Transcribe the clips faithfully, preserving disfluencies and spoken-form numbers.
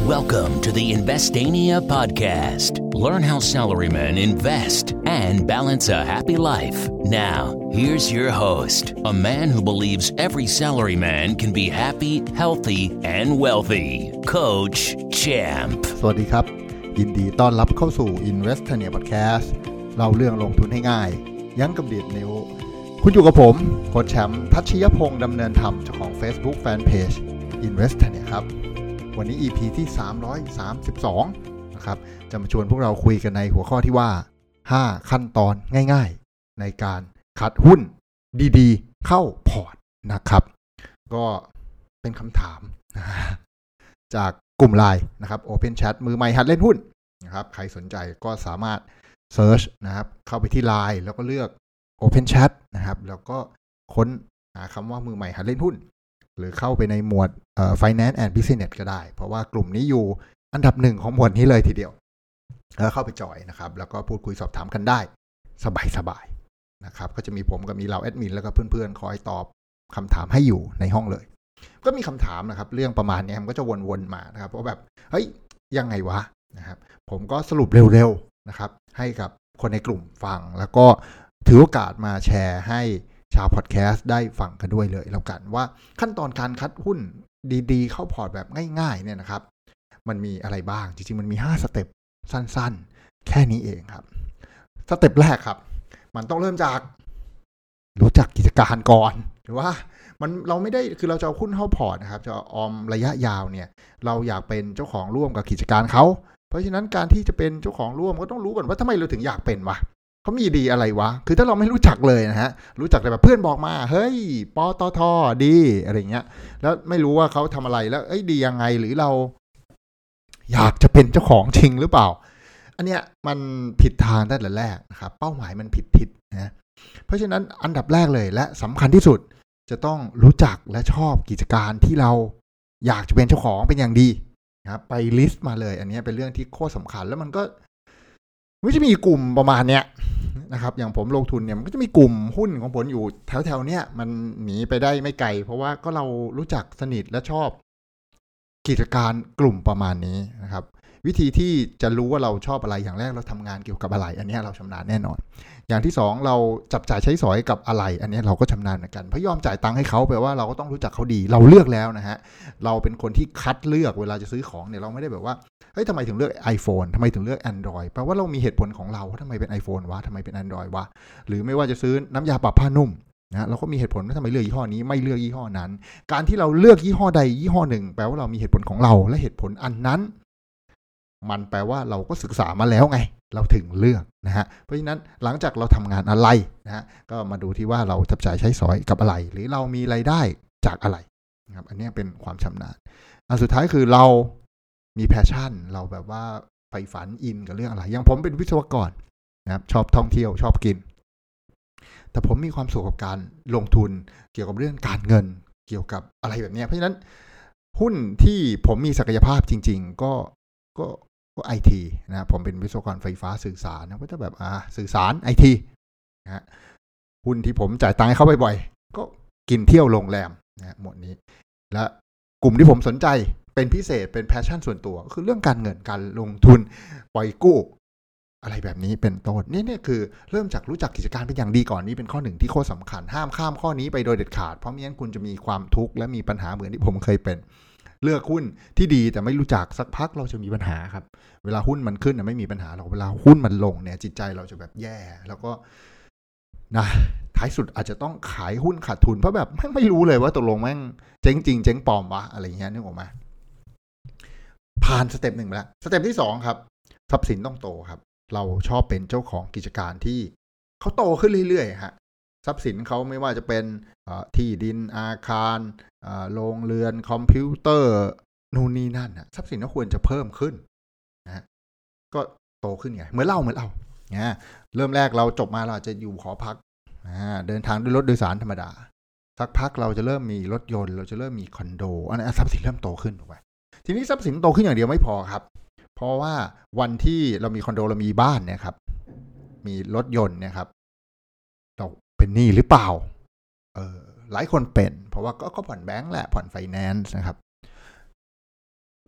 Welcome to the Investania podcast. Learn how salarymen invest and balance a happy life. Now, here's your host, a man who believes every salaryman can be happy, healthy, and wealthy, Coach Champ. สวัสดีครับยินดีต้อนรับเข้าสู่ Investania podcast เล่าเรื่องลงทุนให้ง่ายยั้งกับดีดนิ้วคุณอยู่กับผมโค้ชแชมป์ทัชยพงษ์ดำเนินธรรมเจ้าของ Facebook Fanpage Investania ครับวันนี้ อี พี ที่สามร้อยสามสิบสองนะครับจะมาชวนพวกเราคุยกันในหัวข้อที่ว่าห้าขั้นตอนง่ายๆในการคัดหุ้นดีๆเข้าพอร์ตนะครับก็เป็นคำถามจากกลุ่ม ไลน์ นะครับ Open Chat มือใหม่หัดเล่นหุ้นนะครับใครสนใจก็สามารถเซิร์ชนะครับเข้าไปที่ ไลน์ แล้วก็เลือก Open Chat นะครับแล้วก็ค้นหาคำว่ามือใหม่หัดเล่นหุ้นหรือเข้าไปในหมวดเอ่อ Finance and Business ก็ได้เพราะว่ากลุ่มนี้อยู่อันดับหนึ่งของหมวดนี้เลยทีเดียวแล้วเข้าไปจอยนะครับแล้วก็พูดคุยสอบถามกันได้สบายๆนะครับก็จะมีผมกับมีเราแอดมินแล้วก็เพื่อนๆคอยตอบคำถามให้อยู่ในห้องเลยก็มีคำถามนะครับเรื่องประมาณนี้มันก็จะวนๆมานะครับเพราะแบบเฮ้ยยังไงวะนะครับผมก็สรุปเร็วๆนะครับให้กับคนในกลุ่มฟังแล้วก็ถือโอกาสมาแชร์ให้ชาวพอดแคสต์ได้ฟังกันด้วยเลยแล้วกันว่าขั้นตอนการคัดหุ้นดีๆเข้าพอร์ตแบบง่ายๆเนี่ยนะครับมันมีอะไรบ้างจริงๆมันมีห้าสเต็ปสั้นๆแค่นี้เองครับสเต็ปแรกครับมันต้องเริ่มจากรู้จักกิจการก่อนหรือว่ามันเราไม่ได้คือเราจะเอาหุ้นเข้าพอร์ตนะครับจะออมระยะยาวเนี่ยเราอยากเป็นเจ้าของร่วมกับกิจการเขาเพราะฉะนั้นการที่จะเป็นเจ้าของร่วมก็ต้องรู้ก่อนว่าทำไมเราถึงอยากเป็นวะเขามีดีอะไรวะคือถ้าเราไม่รู้จักเลยนะฮะรู้จักแต่แบบเพื่อนบอกมาเฮ้ยปตท.ดีอะไรเงี้ยแล้วไม่รู้ว่าเขาทำอะไรแล้วเอ้ยดียังไงหรือเราอยากจะเป็นเจ้าของจริงหรือเปล่าอันเนี้ยมันผิดทางตั้งแต่แรกนะครับเป้าหมายมันผิดทิศนะเพราะฉะนั้นอันดับแรกเลยและสำคัญที่สุดจะต้องรู้จักและชอบกิจการที่เราอยากจะเป็นเจ้าของเป็นอย่างดีนะครับไปลิสต์มาเลยอันนี้เป็นเรื่องที่โคตรสำคัญแล้วมันก็ไม่ใช่มีกลุ่มประมาณเนี้ยนะครับอย่างผมลงทุนเนี่ยมันก็จะมีกลุ่มหุ้นของผมอยู่แถวๆเนี้ยมันหนีไปได้ไม่ไกลเพราะว่าก็เรารู้จักสนิทและชอบกิจการกลุ่มประมาณนี้นะครับวิธีที่จะรู้ว่าเราชอบอะไรอย่างแรกเราทำงานเกี่ยวกับอะไรอันนี้เราชำนาญแน่นอนอย่างที่สองเราจับจ่ายใช้สอยกับอะไรอันนี้เราก็ชำนาญเหมือนกันเพราะยอมจ่ายตังค์ให้เขาแปลว่าเราก็ต้องรู้จักเขาดีเราเลือกแล้วนะฮะเราเป็นคนที่คัดเลือกเวลาจะซื้อของเนี่ยเราไม่ได้แบบว่าเฮ้ยทำไมถึงเลือก iPhone ทำไมถึงเลือก Android แปลว่าเรามีเหตุผลของเราว่าทำไมเป็น iPhone วะทำไมเป็น Android วะหรือไม่ว่าจะซื้อน้ำยาปรับผ้านุ่มนะเราก็มีเหตุผลว่าทำไมเลือกยี่ห้อนี้ไม่เลือกยี่ห้อนั้นการที่เราเลือกยี่ห้อใดยี่ห้อหนึ่งแปลว่าเรามีเหตุผลของเราและเหตุผลอันนั้นมันแปลว่าเราก็ศึกษามาแล้วไงเราถึงเลือกนะฮะเพราะฉะนั้นหลังจากเราทำงานอะไรนะฮะก็มาดูที่ว่าเราจับจ่ายใช้สอยกับอะไรหรือเรามีรายได้จากอะไรนะครับอันนี้เป็นความชำนาญอันสุดท้ายคือเรามีแพชชั่นเราแบบว่าใฝ่ฝันอินกับเรื่องอะไรอย่างผมเป็นวิศวกรนะครับชอบท่องเที่ยวชอบกินแต่ผมมีความสุขกับการลงทุนเกี่ยวกับเรื่องการเงินเกี่ยวกับอะไรแบบนี้เพราะฉะนั้นหุ้นที่ผมมีศักยภาพจริงๆก็ก็ก็ ไอ ที นะผมเป็นวิศวกรไฟฟ้าสื่อสารนะก็จะแบบอ่าสื่อสาร ไอ ที นะฮะหุ้นที่ผมจ่ายตังค์ให้เขาบ่อยๆก็กินเที่ยวโรงแรมนะหมดนี้และกลุ่มที่ผมสนใจเป็นพิเศษเป็นแพชชั่นส่วนตัวคือเรื่องการเงินการลงทุนปล่อยกู้อะไรแบบนี้เป็นต้นนี่เนี่ยคือเริ่มจากรู้จักกิจการเป็นอย่างดีก่อนนี่เป็นข้อหนึ่งที่โคตรสำคัญห้ามข้ามข้อนี้ไปโดยเด็ดขาดเพราะไม่งั้นคุณจะมีความทุกข์และมีปัญหาเหมือนที่ผมเคยเป็นเลือกหุ้นที่ดีแต่ไม่รู้จักสักพักเราจะมีปัญหาครับเวลาหุ้นมันขึ้นไม่มีปัญหาหรอกเวลาหุ้นมันลงเนี่ยจิตใจเราจะแบบแย่แล้วก็นะท้ายสุดอาจจะต้องขายหุ้นขาดทุนเพราะแบบแม่งไม่รู้เลยว่าตกลงแม่งเจ๊งจริงเจ๊งปลอมวะอะไรเงี้ยนึกออกมาผ่านสเต็ปหนึ่งไปแล้วสเต็ปที่สองครับทรัพย์สินต้องโตครับเราชอบเป็นเจ้าของกิจการที่เขาโตขึ้นเรื่อยๆฮะทรัพย์สินเขาไม่ว่าจะเป็นที่ดินอาคารโรงเรือนคอมพิวเตอร์นู่นนี่นั่นทรัพย์สินก็ควรจะเพิ่มขึ้นนะก็โตขึ้นไงเหมือนเราเหมือนเราเนี่ยเริ่มแรกเราจบมาเราจะอยู่หอพักเดินทางด้วยรถโดยสารธรรมดาสักพักเราจะเริ่มมีรถยนต์เราจะเริ่มมีคอนโดอันนั้นทรัพย์สินเริ่มโตขึ้นถูกไหมทีนี้ทรัพย์สินโตขึ้นอย่างเดียวไม่พอครับเพราะว่าวันที่เรามีคอนโดเรามีบ้านเนี่ยครับมีรถยนต์เนี่ยครับเราเป็นหนี้หรือเปล่าเออหลายคนเป็นเพราะว่าก็ผ่อนแบงก์แหละผ่อนไฟแนนซ์นะครับ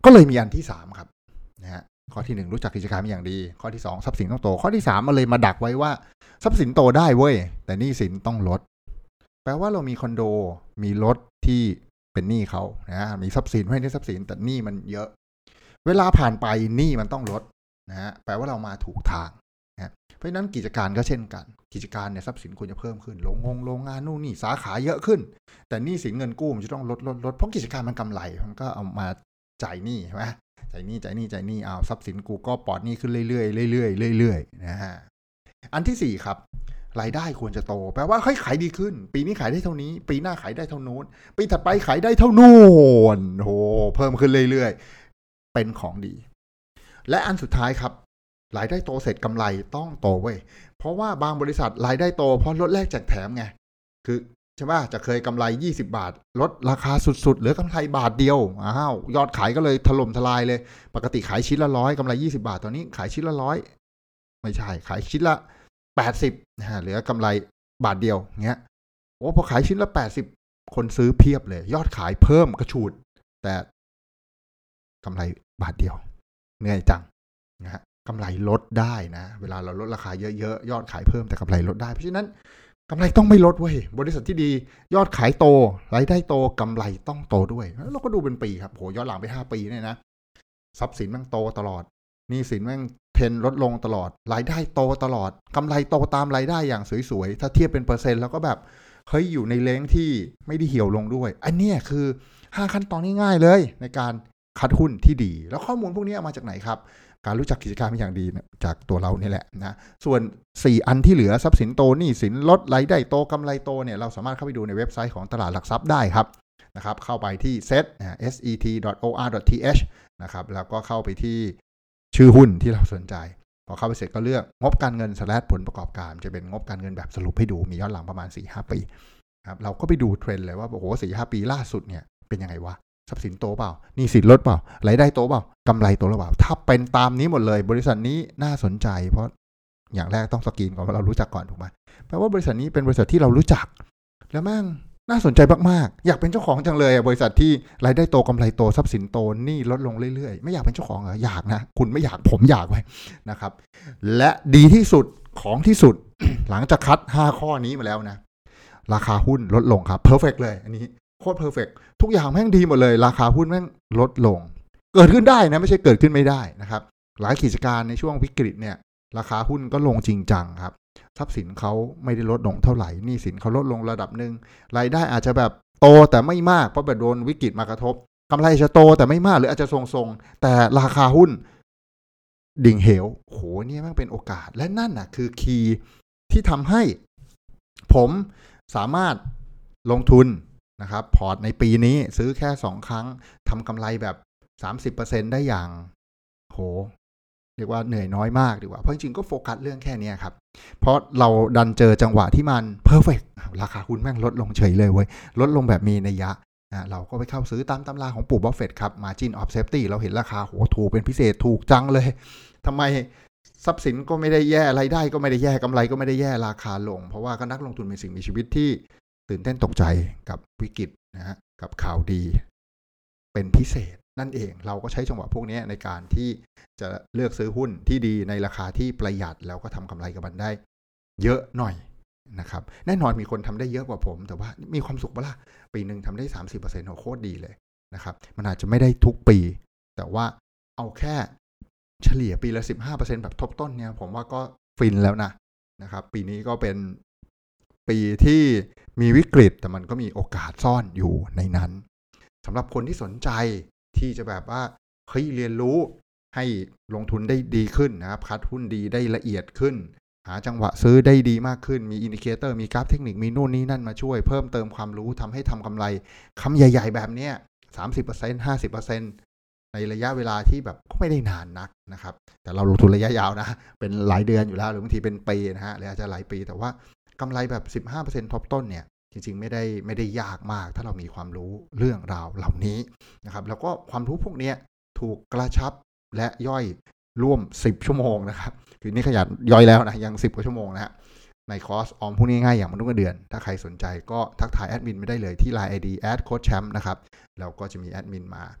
ก็เลยมีอันที่สามครับนะฮะข้อที่หนึ่งรู้จักกิจการเป็นอย่างดีข้อที่สองทรัพย์สินต้องโตข้อที่สามมันเลยมาดักไว้ว่าทรัพย์สินโตได้เว้ยแต่หนี้สินต้องลดแปลว่าเรามีคอนโดมีรถที่เป็นหนี้เขานะมีทรัพย์สินไม่ได้ทรัพย์สินแต่หนี้มันเยอะเวลาผ่านไปหนี้มันต้องลดนะฮะแปลว่าเรามาถูกทางนะเพราะฉะนั้นกิจการก็เช่นกันกิจการเนี่ยทรัพย์สินควรจะเพิ่มขึ้นโรงงงโรงงานนู่นนี่สาขาเยอะขึ้นแต่หนี้สินเงินกู้มันจะต้องลดลดลดเพราะกิจการมันกำไรมันก็เอามาจ่ายหนี้ใช่ไหมจ่ายหนี้จ่ายหนี้จ่ายหนี้เอาทรัพย์สินกูก็ปลอดหนี้ขึ้นเรื่อยๆเรื่อยๆเรื่อยๆนะฮะอันที่สี่ครับรายได้ควรจะโตแปลว่าเฮ้ยขายดีขึ้นปีนี้ขายได้เท่านี้ปีหน้าขายได้เท่านู้นปีถัดไปขายได้เท่านู้นโหเพิ่มขึ้นเรื่อยๆเป็นของดีและอันสุดท้ายครับรายได้โตเสร็จกำไรต้องโตเว้ยเพราะว่าบางบริษัทรายได้โตเพราะลดแลกแจกแถมไงคือใช่ป่ะจะเคยกำไรยี่สิบบาทลดราคาสุดๆเหลือกำไรบาทเดียวอ้าวยอดขายก็เลยถล่มทลายเลยปกติขายชิ้นละร้อยกำไรยี่สิบบาทตอนนี้ขายชิ้นละร้อยไม่ใช่ขายชิ้นละแปดสิบนะฮะเหลือกำไรบาทเดียวเงี้ยโอ้พอขายชิ้นละแปดสิบคนซื้อเพียบเลยยอดขายเพิ่มกระฉูดแต่กำไรบาทเดียวเหนื่อยจังนะฮะกำไรลดได้นะเวลาเราลดราคาเยอะๆยอดขายเพิ่มแต่กำไรลดได้เพราะฉะนั้นกำไรต้องไม่ลดเว้ยบริษัทที่ดียอดขายโตรายได้โตกำไรต้องโตด้วยแล้วเราก็ดูเป็นปีครับโหย้อนหลังไปห้าปีเนี่ยนะทรัพย์สินแม่งโตตลอดหนี้สินแม่งเทรนลดลงตลอดรายได้โตตลอดกำไรโตตามรายได้อย่างสวยๆถ้าเทียบเป็นเปอร์เซ็นต์แล้วก็แบบเฮ้ยอยู่ในเลนที่ไม่ได้เหี่ยวลงด้วยอันนี้คือห้าขั้นตอนง่ายๆเลยในการคัดหุ้นที่ดีแล้วข้อมูลพวกนี้มาจากไหนครับการรู้จักกิจการเป็นอย่างดีจากตัวเรานี่แหละนะส่วนสี่อันที่เหลือทรัพย์สินโตหนี้สินลดรายได้โตกำไรโตเนี่ยเราสามารถเข้าไปดูในเว็บไซต์ของตลาดหลักทรัพย์ได้ครับนะครับเข้าไปที่ เซต เอส อี ที ดอท โอ อาร์ ดอท ที เอช นะครับแล้วก็เข้าไปที่ชื่อหุ้นที่เราสนใจพอเข้าไปเสร็จก็เลือกงบการเงินสแลชผลประกอบการจะเป็นงบการเงินแบบสรุปให้ดูมีย้อนหลังประมาณ สี่ห้า ปีครับเราก็ไปดูเทรนด์เลยว่าโอ้โห สี่ห้า ปีล่าสุดเนี่ยเป็นยังไงวะทรัพย์สินโตเปล่าหนี้สินลดเปล่ารายได้โตเปล่ากำไรโตหรือเปล่าถ้าเป็นตามนี้หมดเลยบริษัทนี้น่าสนใจเพราะอย่างแรกต้องสกรีนก่อนว่าเรารู้จักก่อนถูกไหมแปลว่าบริษัทนี้เป็นบริษัทที่เรารู้จักแล้วแม่งน่าสนใจมากๆอยากเป็นเจ้าของจังเลยบริษัทที่รายได้โตกำไรโตทรัพย์สินโตหนี้ลดลงเรื่อยๆไม่อยากเป็นเจ้าของเหรออยากนะคุณไม่อยากผมอยากไว้นะครับและดีที่สุดของที่สุด หลังจากคัดห้าข้อนี้มาแล้วนะราคาหุ้นลดลงครับเพอร์เฟกต์เลยอันนี้โคตรเพอร์เฟกต์ทุกอย่างแม่งดีหมดเลยราคาหุ้นแม่งลดลงเกิดขึ้นได้นะไม่ใช่เกิดขึ้นไม่ได้นะครับหลายกิจการในช่วงวิกฤตเนี่ยราคาหุ้นก็ลงจริงจังครับทรัพย์สินเขาไม่ได้ลดลงเท่าไหร่หนี้สินเขาลดลงระดับหนึ่งรายได้อาจจะแบบโตแต่ไม่มากเพราะแบบโดนวิกฤตมากระทบกำไรจะโตแต่ไม่มากหรืออาจจะทรงๆแต่ราคาหุ้นดิ่งเหวโหนี่แม่งเป็นโอกาสและนั่นน่ะคือคีย์ที่ทำให้ผมสามารถลงทุนนะครับพอร์ตในปีนี้ซื้อแค่สองครั้งทำกำไรแบบ สามสิบเปอร์เซ็นต์ ได้อย่างโหเรียกว่าเหนื่อยน้อยมากดีกว่าเพราะจริงๆก็โฟกัสเรื่องแค่นี้ครับเพราะเราดันเจอจังหวะที่มันเพอร์เฟกต์ราคาหุ้นแม่งลดลงเฉยเลยเว้ยลดลงแบบมีนัยยะนะเราก็ไปเข้าซื้อตามตำราของปู่บัฟเฟตต์ครับ Margin of Safety เราเห็นราคาโหถูกเป็นพิเศษถูกจังเลยทำไมทรัพย์สินก็ไม่ได้แย่รายได้ก็ไม่ได้แย่กำไรก็ไม่ได้แย่ราคาลงเพราะว่าก็นักลงทุนเป็นสิ่งมีชีวิตที่ตื่นเต้นตกใจกับวิกฤตนะฮะกับข่าวดีเป็นพิเศษนั่นเองเราก็ใช้จังหวะพวกนี้ในการที่จะเลือกซื้อหุ้นที่ดีในราคาที่ประหยัดแล้วก็ทำกำไรกับมันได้เยอะหน่อยนะครับแน่นอนมีคนทำได้เยอะกว่าผมแต่ว่ามีความสุขปะล่ะปีนึงทำได้ สามสิบเปอร์เซ็นต์ โคตรดีเลยนะครับมันอาจจะไม่ได้ทุกปีแต่ว่าเอาแค่เฉลี่ยปีละ สิบห้าเปอร์เซ็นต์ แบบทบต้นเนี่ยผมว่าก็ฟินแล้วนะนะครับปีนี้ก็เป็นปีที่มีวิกฤตแต่มันก็มีโอกาสซ่อนอยู่ในนั้นสำหรับคนที่สนใจที่จะแบบว่าเฮ้ยเรียนรู้ให้ลงทุนได้ดีขึ้นนะครับคัดหุ้นดีได้ละเอียดขึ้นหาจังหวะซื้อได้ดีมากขึ้นมีอินดิเคเตอร์มีกราฟเทคนิคมีนู่นนี่นั่นมาช่วยเพิ่มเติมความรู้ทำให้ทำกำไรคำใหญ่ๆแบบเนี้ย สามสิบเปอร์เซ็นต์ ห้าสิบเปอร์เซ็นต์ ในระยะเวลาที่แบบก็ไม่ได้นานนักนะครับแต่เราลงทุนระยะยาวนะเป็นหลายเดือนอยู่แล้วหรือบางทีเป็นปีนะฮะหรืออาจจะหลายปีแต่ว่ากำไรแบบ สิบห้าเปอร์เซ็นต์ ทบต้นเนี่ยจริงๆไม่ได้ไม่ได้ยากมากถ้าเรามีความรู้เรื่องราวเหล่านี้นะครับแล้วก็ความรู้พวกนี้ถูกกระชับและย่อยร่วมสิบชั่วโมงนะครับคือนี่ขยันย่อยแล้วนะยังสิบกว่าชั่วโมงนะฮะในคอร์สออมหุ้นง่ายๆอย่างมนุษย์เงินเดือนถ้าใครสนใจก็ทักทายแอดมินไม่ได้เลยที่ ไลน์ ไอ ดี แอท โค้ชแชมป์นะครับแล้วก็จะมีแอดมินมา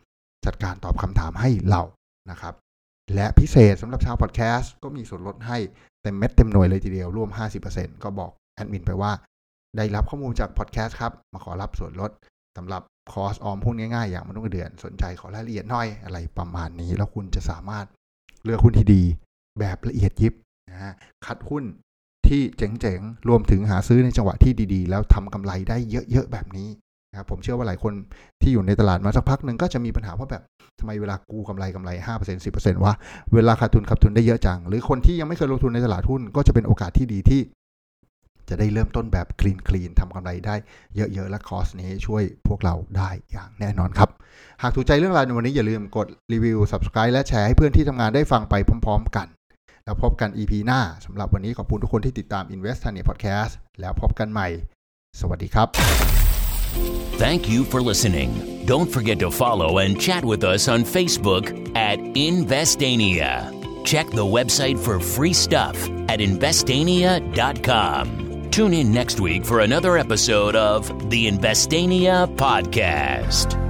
จัดการตอบคำถามให้เรานะครับและพิเศษสำหรับชาวพอดแคสต์ก็มีส่วนลดให้เต็มเม็ดเต็มหน่วยเลยทีเดียวร่วม ห้าสิบเปอร์เซ็นต์ ก็บอกแอดมินไปว่าได้รับข้อมูลจากพอดแคสต์ครับมาขอรับส่วนลดสำหรับคอร์สออมหุ้นง่ายๆอย่างมนุษย์เงินเดือนสนใจขอรายละเอียดหน่อยอะไรประมาณนี้แล้วคุณจะสามารถเลือกหุ้นที่ดีแบบละเอียดยิบนะฮะคัดหุ้นที่เจ๋งๆรวมถึงหาซื้อในจังหวะที่ดีๆแล้วทำกำไรได้เยอะๆแบบนี้นะครับผมเชื่อว่าหลายคนที่อยู่ในตลาดมาสักพักหนึ่งก็จะมีปัญหาว่าแบบทำไมเวลากูกำไรกำไร ห้าเปอร์เซ็นต์ สิบเปอร์เซ็นต์ วะเวลาขาดทุนขาดทุนได้เยอะจังหรือคนที่ยังไม่เคยลงทุนในตลาดหุ้นก็จะเป็นโอกาสที่ดีที่จะได้เริ่มต้นแบบคลีนคลีนทำกำไรได้เยอะๆและคอร์สนี้ช่วยพวกเราได้อย่างแน่นอนครับหากถูกใจเรื่องราวในวันนี้อย่าลืมกดรีวิว Subscribe และแชร์ให้เพื่อนที่ทำงานได้ฟังไปพร้อมๆกันแล้วพบกัน อี พี หน้าสำหรับวันนี้ขอบคุณทุกคนที่ติดตาม Investonia Podcast แล้วพบกันใหม่สวัสดีครับ Thank you for listening. Don't forget to follow and chat with us on Facebook at Investania. Check the website for free stuff at investania dot com. Tune in next week for another episode of the Investania Podcast.